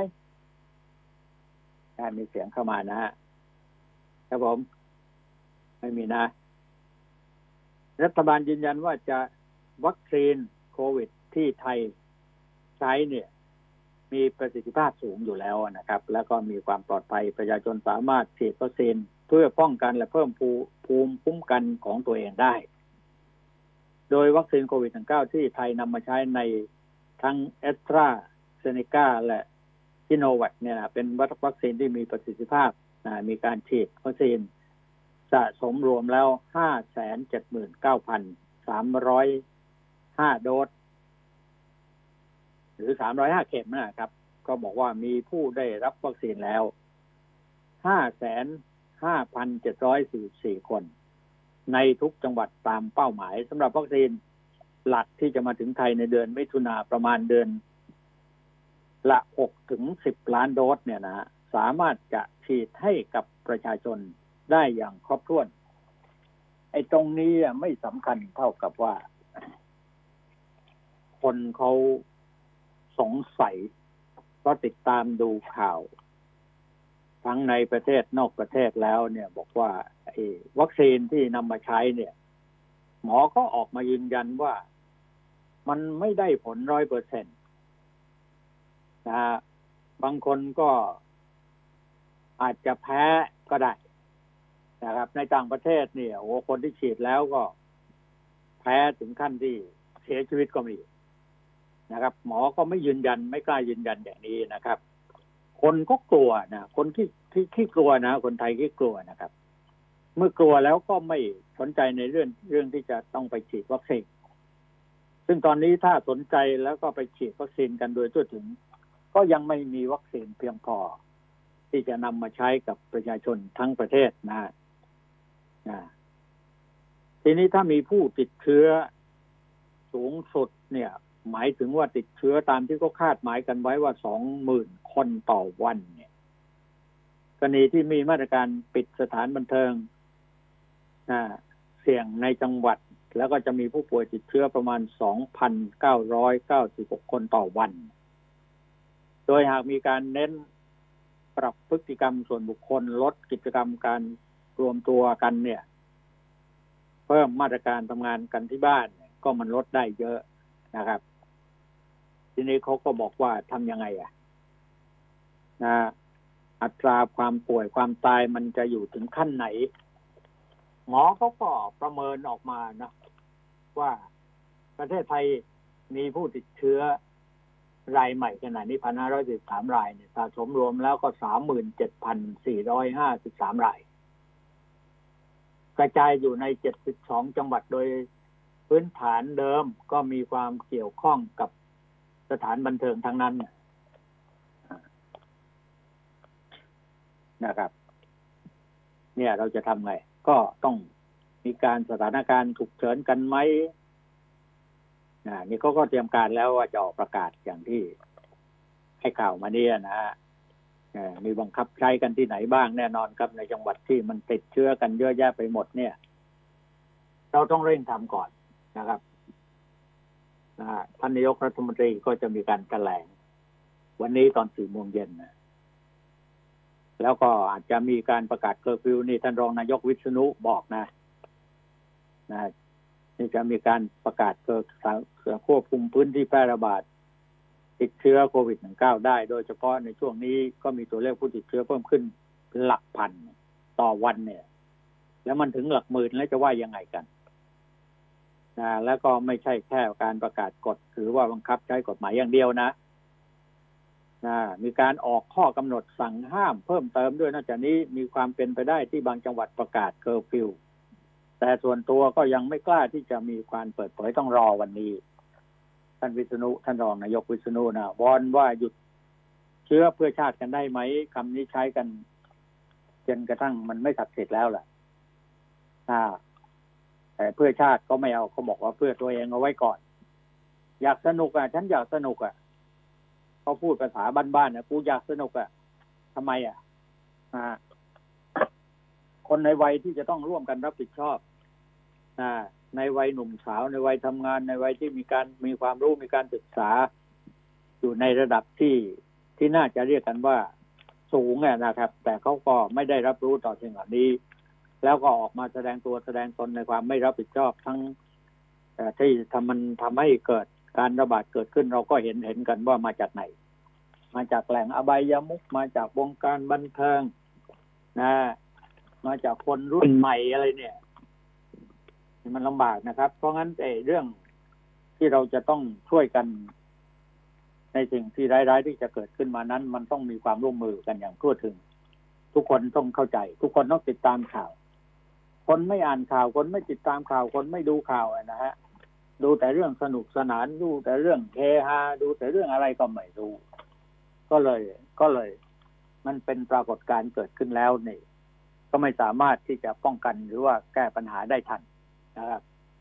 มีเสียงเข้ามานะครับผมไม่มีนะรัฐบาลยืนยันว่าจะวัคซีนโควิดที่ไทยใช้เนี่ยมีประสิทธิภาพสูงอยู่แล้วนะครับแล้วก็มีความปลอดภัยประชาชนสามารถฉีดวัคซีนเพื่อป้องกันและเพิ่มภูมิคุ้มกันของตัวเองได้โดยวัคซีนโควิด -19 ที่ไทยนำมาใช้ในทั้งแอสตราเซเนกาและซิโนแวคเนี่ยเป็นวัคซีนที่มีประสิทธิภาพมีการฉีดวัคซีนสะสมรวมแล้ว 579,305 โดสรือ305เข็มนะครับก็บอกว่ามีผู้ได้รับวัคซีนแล้ว 55,744 คนในทุกจังหวัดตามเป้าหมายสำหรับวัคซีนหลักที่จะมาถึงไทยในเดือนมิถุนาประมาณเดือนละ6 ถึง 10 ล้านโดสเนี่ยนะสามารถจะฉีดให้กับประชาชนได้อย่างครบถ้วนไอ้ตรงนี้ไม่สำคัญเท่ากับว่าคนเขาสงสัยเพราะติดตามดูข่าวทั้งในประเทศนอกประเทศแล้วเนี่ยบอกว่าไอ้วัคซีนที่นำมาใช้เนี่ยหมอก็ออกมายืนยันว่ามันไม่ได้ผล 100% นะบางคนก็อาจจะแพ้ก็ได้นะครับในต่างประเทศเนี่ยโอ้คนที่ฉีดแล้วก็แพ้ถึงขั้นที่เสียชีวิตก็มีนะครับหมอก็ไม่ยืนยันไม่กล้ายืนยันอย่างนี้นะครับคนก็กลัวนะคนที่กลัวนะคนไทยที่กลัวนะครับเมื่อกลัวแล้วก็ไม่สนใจในเรื่องที่จะต้องไปฉีดวัคซีนซึ่งตอนนี้ถ้าสนใจแล้วก็ไปฉีดวัคซีนกันโดยทั่วถึงก็ยังไม่มีวัคซีนเพียงพอที่จะนำมาใช้กับประชาชนทั้งประเทศนะทีนี้ถ้ามีผู้ติดเชื้อสูงสุดเนี่ยหมายถึงว่าติดเชื้อตามที่เขาคาดหมายกันไว้ว่า 20,000 คนต่อวันเนี่ยกรณีที่มีมาตรการปิดสถานบันเทิงเสี่ยงในจังหวัดแล้วก็จะมีผู้ป่วยติดเชื้อประมาณ 2,996 คนต่อวันโดยหากมีการเน้นปรับพฤติกรรมส่วนบุคคลลดกิจกรรมการรวมตัวกันเนี่ยเพิ่มมาตรการทำงานกันที่บ้านก็มันลดได้เยอะนะครับทีนี้เขาก็บอกว่าทำยังไงอัตราความป่วยความตายมันจะอยู่ถึงขั้นไหนหมอเขาก็ประเมินออกมานะว่าประเทศไทยมีผู้ติดเชื้อรายใหม่ขณะนี้ 1,513 รายเนี่ยสะสมรวมแล้วก็ 37,453 รายกระจายอยู่ใน72จังหวัดโดยพื้นฐานเดิมก็มีความเกี่ยวข้องกับสถานบันเทิงทั้งนั้นนะครับเนี่ยเราจะทำไงก็ต้องมีการสถานการณ์ฉุกเฉินกันไหมนี่เขาก็เตรียมการแล้วว่าจะออกประกาศอย่างที่ให้ข่าวมาเนี่ยนะฮะมีบังคับใช้กันที่ไหนบ้างแน่นอนครับในจังหวัดที่มันติดเชื้อกันเยอะแยะไปหมดเนี่ยเราต้องเร่งทำก่อนนะครับท่านนายกรัฐมนตรีก็จะมีการแถลงวันนี้ตอน 4:00 น.แล้วก็อาจจะมีการประกาศเคอร์ฟิวนี่ท่านรองนายกวิษณุบอกนะนี่จะมีการประกาศควบคุมพื้นที่แพร่ระบาดติดเชื้อโควิด -19 ได้โดยเฉพาะในช่วงนี้ก็มีตัวเลขผู้ติดเชื้อเพิ่มขึ้นหลักพันต่อวันเนี่ยแล้วมันถึงหลักหมื่นแล้วจะว่ายังไงกันแล้วก็ไม่ใช่แค่การประกาศกฎหรือว่าบังคับใช้กฎหมายอย่างเดียวนะมีการออกข้อกำหนดสั่งห้ามเพิ่มเติมด้วยนอกจากนี้มีความเป็นไปได้ที่บางจังหวัดประกาศเคอร์ฟิวแต่ส่วนตัวก็ยังไม่กล้าที่จะมีความเปิดเผยต้องรอวันนี้ท่านวิษณุท่านรองนายกวิษณุนะวอนว่าหยุดเชื้อเพื่อชาติกันได้ไหมคำนี้ใช้กันจนกระทั่งมันไม่ศักดิ์สิทธิ์แล้วล่ะแต่เพื่อชาติก็ไม่เอาเขาบอกว่าเพื่อตัวเองเอาไว้ก่อนอยากสนุกฉันอยากสนุกเขาพูดภาษาบ้านๆกูอยากสนุกทำไมคนในวัยที่จะต้องร่วมกันรับผิดชอบในวัยหนุ่มสาวในวัยทำงานในวัยที่มีความรู้มีการศึกษาอยู่ในระดับที่น่าจะเรียกกันว่าสูงนะครับแต่เขาก็ไม่ได้รับรู้ต่อสิ่งเหล่านี้แล้วก็ออกมาแสดงตัวแสดงตนในความไม่รับผิดชอบทั้งที่มันทำให้เกิดการระบาดเกิดขึ้นเราก็เห็นกันว่ามาจากไหนมาจากแหล่งอบายมุขมาจากวงการบันเทิงมาจากคนรุ่นใหม่อะไรเนี่ยมันลำบากนะครับเพราะงั้นเรื่องที่เราจะต้องช่วยกันในสิ่งที่ร้ายๆที่จะเกิดขึ้นมานั้นมันต้องมีความร่วมมือกันอย่างทั่วถึงทุกคนต้องเข้าใจทุกคนต้องติดตามข่าวคนไม่อ่านข่าวคนไม่ติดตามข่าวคนไม่ดูข่าวนะฮะดูแต่เรื่องสนุกสนานดูแต่เรื่องเฮฮาดูแต่เรื่องอะไรก็ไม่รู้ก็เลยมันเป็นปรากฏการณ์เกิดขึ้นแล้วนี่ก็ไม่สามารถที่จะป้องกันหรือว่าแก้ปัญหาได้ทันนะครับ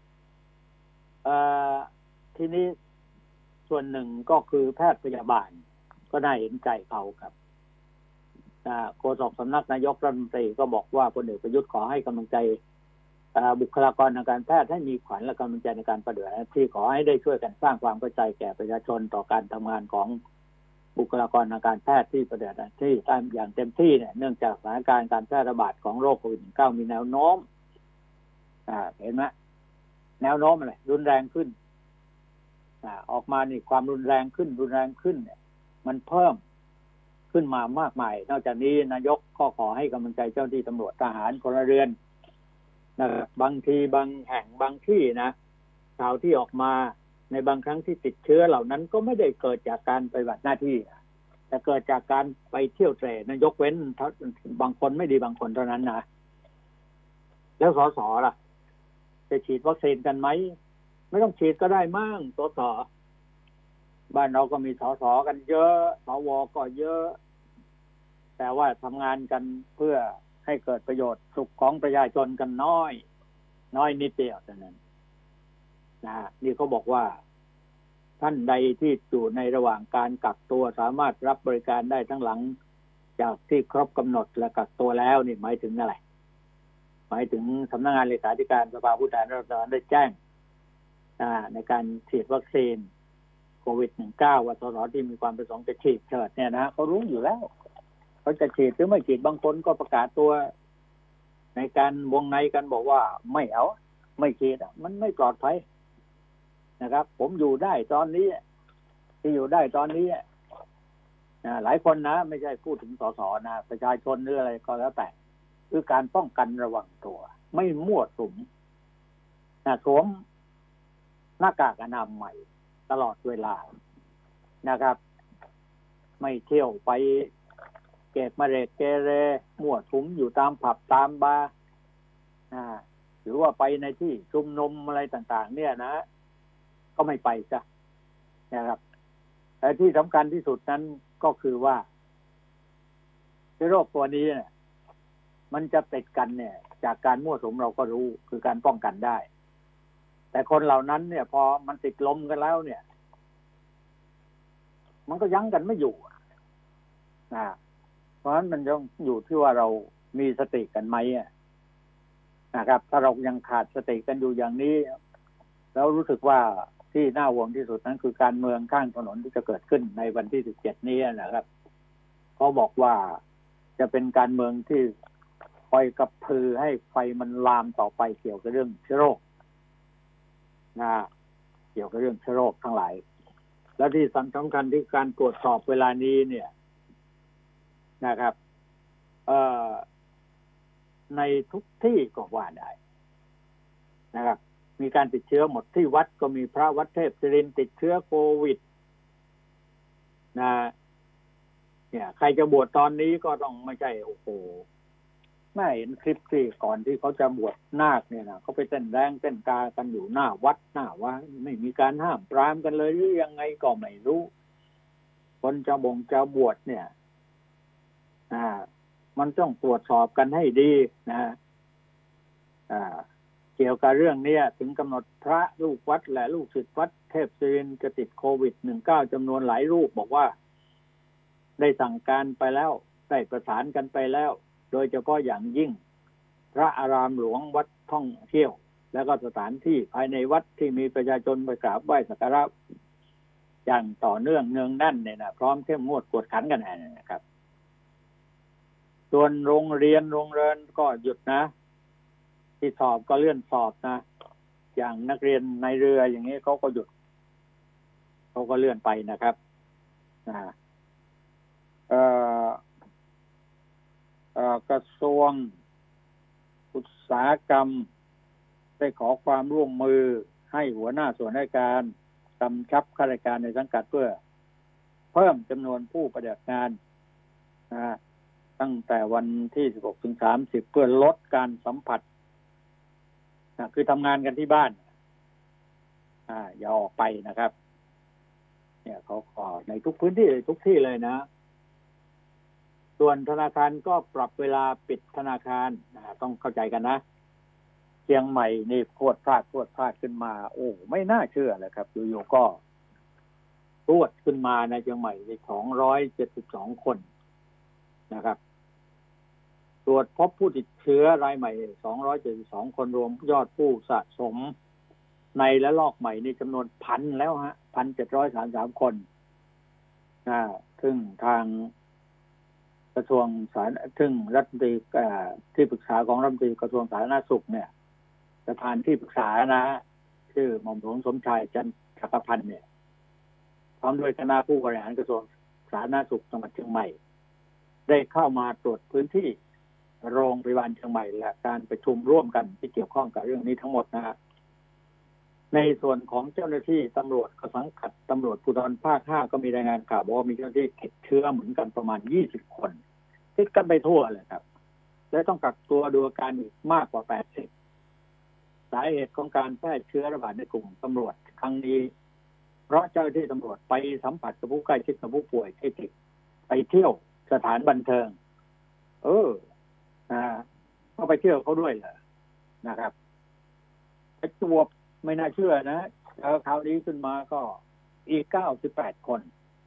ทีนี้ส่วนหนึ่งก็คือแพทย์พยาบาลก็น่าเห็นใจเขาครับโฆษกสำนักนายกรัฐมนตรีก็บอกว่าพลเอกประยุทธ์ขอให้กำลังใจบุคลากรทางการแพทย์ให้มีขวัญและกำลังใจในการปฏิบัติหน้าที่ขอให้ได้ช่วยกันสร้างความเข้าใจแก่ประชาชนต่อการทำงานของบุคลากรทางการแพทย์ที่ปฏิบัติหน้าที่ตามอย่างเต็มที่เนี่ยเนื่องจากสถานการณ์การแพร่ระบาดของโรคโควิด -19 มีแนวโน้มเห็นไหมแนวโน้มอะไรรุนแรงขึ้นออกมานี่ความรุนแรงขึ้นเนี่ยมันเพิ่มขึ้นมามากมายนอกจากนี้นายกก็ขอให้กำลังใจเจ้าหน้าที่ตำรวจทหารพลเรือนนะครับบางทีบางแห่งบางที่นะข่าวที่ออกมาในบางครั้งที่ติดเชื้อเหล่านั้นก็ไม่ได้เกิดจากการปฏิบัติหน้าที่แต่เกิดจากการไปเที่ยวเตร่นะยกเว้นบางคนไม่ดีบางคนเท่านั้นนะแล้วสสล่ะจะฉีดวัคซีนกันไหมไม่ต้องฉีดก็ได้มั่งสสบ้านเราก็มีสสกันเยอะสวก็เยอะแต่ว่าทำงานกันเพื่อให้เกิดประโยชน์สุขของประชาชนกันน้อยนิดเดียวเท่านั้นนี่เขาบอกว่าท่านใดที่อยู่ในระหว่างการกักตัวสามารถรับบริการได้ทั้งหลังจากที่ครบกำหนดและกักตัวแล้วนี่หมายถึงอะไรหมายถึงสำนักงานเลขาธิการสภาผู้แทนราษฎรได้แจ้งในการฉีดวัคซีนโควิด -19 ว่าสสที่มีความประสงค์จะฉีดเถิดเนี่ยนะเขารู้อยู่แล้วเขาจะฉีดหรือไม่ฉีดบางคนก็ประกาศตัวในการวงในกันบอกว่าไม่เอาไม่ฉีดมันไม่ปลอดภัยนะครับผมอยู่ได้ตอนนี้ที่อยู่ได้ตอนนี้หลายคนนะไม่ใช่พูดถึงสสนะประชาชนหรืออะไรก็แล้วแต่คือการป้องกันระวังตัวไม่มั่วสุมสวมหน้ากากอนามัยตลอดเวลานะครับไม่เที่ยวไปเก็บมาเรกเกเรมั่วสุมอยู่ตามผับตามบาร์หรือว่าไปในที่ชุมนุมอะไรต่างๆเนี่ยนะก็ไม่ไปจ้ะนะครับแต่ที่สำคัญที่สุดนั้นก็คือว่าโรคตัวนี้เนี่ยมันจะติดกันเนี่ยจากการมั่วสุมเราก็รู้คือการป้องกันได้แต่คนเหล่านั้นเนี่ยพอมันติดลมกันแล้วเนี่ยมันก็ยั้งกันไม่อยู่เพราะฉะนั้นมันต้องอยู่ที่ว่าเรามีสติกันไหมนะครับถ้าเรายังขาดสติกันอยู่อย่างนี้แล้วรู้สึกว่าที่น่าห่วงที่สุดนั้นคือการเมืองข้างถนนที่จะเกิดขึ้นในวันที่17นี้นะครับเขาบอกว่าจะเป็นการเมืองที่คอยกระพือให้ไฟมันลามต่อไปเกี่ยวกับเรื่องเชื้อโรคเกี่ยวกับเรื่องเชื้อโรคทั้งหลายและที่สำคัญที่การตรวจสอบเวลานี้เนี่ยนะครับในทุกที่ก็ว่าได้นะครับมีการติดเชื้อหมดที่วัดก็มีพระวัดเทพศิรินทร์ติดเชื้อโควิดเนี่ยใครจะบวชตอนนี้ก็ต้องไม่ใช่โอ้โหไม่เห็นคลิปที่ก่อนที่เขาจะบวชนาคเนี่ยนะเขาไปเต้นแรงเต้นกากันอยู่หน้าวัดหน้าว่าไม่มีการห้ามปรามกันเลยหรือยังไงก็ไม่รู้คนจะบวชเนี่ยมันต้องตรวจสอบกันให้ดีเกี่ยวกับเรื่องนี้ถึงกำหนดพระลูกวัดและลูกศิษย์วัดเทพศิรินทร์จะติดโควิด -19 จำนวนหลายรูปบอกว่าได้สั่งการไปแล้วได้ประสานกันไปแล้วโดยเฉพาะอย่างยิ่งพระอารามหลวงวัดท่องเที่ยวแล้วก็สถานที่ภายในวัดที่มีประชาชนไปกราบไหว้สักการะอย่างต่อเนื่องเนืองแน่นเนี่ยนะพร้อมเข้มงวดกวดขันกันนะครับส่วนโรงเรียนก็หยุดนะที่สอบก็เลื่อนสอบนะอย่างนักเรียนในเรืออย่างนี้เขาก็หยุดเขาก็เลื่อนไปนะครับกระทรวงอุตสาหกรรมได้ขอความร่วมมือให้หัวหน้าส่วนราชการกำชับข้าราชการในสังกัดเพื่อเพิ่มจำนวนผู้ปฏิบัติงานตั้งแต่วันที่16 ถึง 30เพื่อลดการสัมผัสคือทำงานกันที่บ้านอย่าออกไปนะครับเนี่ยเขาขอในทุกพื้นที่ทุกที่เลยนะส่วนธนาคารก็ปรับเวลาปิดธนาคารต้องเข้าใจกันนะเชียงใหม่นี่พรวดพลาดขึ้นมาโอ้ไม่น่าเชื่อเลยครับอยู่ๆก็พรวดขึ้นมาในเชียงใหม่272 คนนะครับตรวจพบผู้ติดเชื้อรายใหม่272 คนรวมยอดผู้สะสมในและลอกใหม่นี่จำนวนพันแล้วฮะ 1,733 คนซึ่งทางกระทรวงซึ่งรัฐมนตรีที่ปรึกษาของรัฐมนตรีกระทรวงสาธารณสุขเนี่ยประธานที่ปรึกษานะชื่อหม่อมหลวงสมชายจันทรพันธ์เนี่ยพร้อมด้วยคณะผู้บริหารกระทรวงสาธารณสุขจังหวัดเชียงใหม่ได้เข้ามาตรวจพื้นที่โรงพยาบาลเชียงใหม่และการประชุมร่วมกันที่เกี่ยวข้องกับเรื่องนี้ทั้งหมดนะฮะในส่วนของเจ้าหน้าที่ตำรวจสังกัดตำรวจภูธรภาค 5ก็มีรายงานข่าวว่ามีเจ้าหน้าที่ติดเชื้อเหมือนกันประมาณ20 คนติดกันไปทั่วเลยครับและต้องกักตัวดูอาการอีกมากกว่า80สาเหตุของการแพร่เชื้อระบาดในกลุ่มตำรวจครั้งนี้เพราะเจ้าหน้าที่ตำรวจไปสัมผัสกับผู้ใกล้ชิดกับผู้ป่วยที่ติดไปเที่ยวสถานบันเทิงก็ไปเที่ยวเขาด้วยเหรอนะครับไปจวบไม่น่าเชื่อนะคราวนี้ขึ้นมาก็อีก98 คน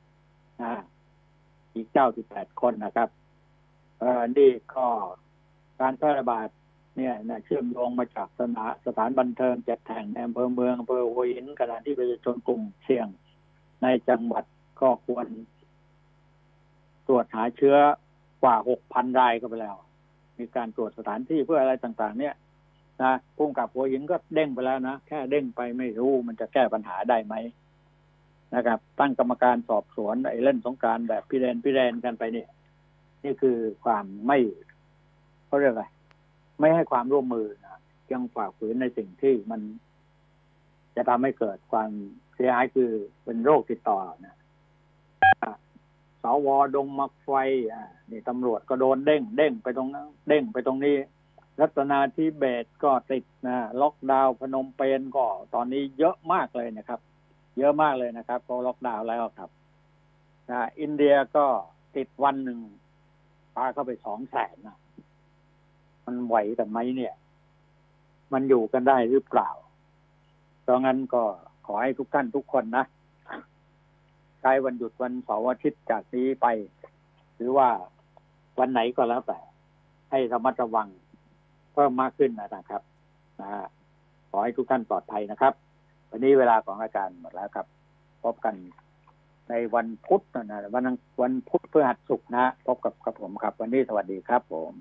อีก98 คนนะครับนี่ก็การแพร่ระบาดเนี่ยเชื่อมโยงมาจากสถานบันเทิง7 แห่งในอำเภอเมืองอำเภอหัวหินขณะที่ประชาชนกลุ่มเสี่ยงในจังหวัดก็ควรตรวจหาเชื้อกว่า 6,000 รายก็ไปแล้วมีการตรวจสถานที่เพื่ออะไรต่างๆเนี่ยผู้กำกับหัวหินก็เด้งไปแล้วนะแค่เด้งไปไม่รู้มันจะแก้ปัญหาได้ไหมนะครับตั้งกรรมการสอบสวนเล่นสงกรานต์แบบพิเรนกันไปเนี่ยนี่คือความไม่เขาเรียกอะไรไม่ให้ความร่วมมือนะยังฝ่าฝืนในสิ่งที่มันจะทำให้เกิดความเสียหายคือเป็นโรคติดต่อนะสว.ดงมักไฟนี่ตำรวจก็โดนเด้งไปตรงนั้นเด้งไปตรงนี้รัตนาธิเบศก็ติดล็อกดาวน์พนมเปญก็ตอนนี้เยอะมากเลยนะครับเยอะมากเลยนะครับพอล็อกดาวน์แล้วครับอินเดียก็ติดวันหนึ่งปาเข้าไป200,000นะมันไหวกันไหมเนี่ยมันอยู่กันได้หรือเปล่าเพราะงั้นก็ขอให้ทุกท่านทุกคนนะใช้วันหยุดวันเสาร์อาทิตย์จากนี้ไปหรือว่าวันไหนก็แล้วแต่ให้ระมัดระวังเพิ่มมากขึ้นนะครับขอให้ทุกท่านปลอดภัยนะครับวันนี้เวลาของรายการหมดแล้วครับพบกันในวันพุธวันพุธพฤหัสศุกร์พบกับผมครับวันนี้สวัสดีครับผม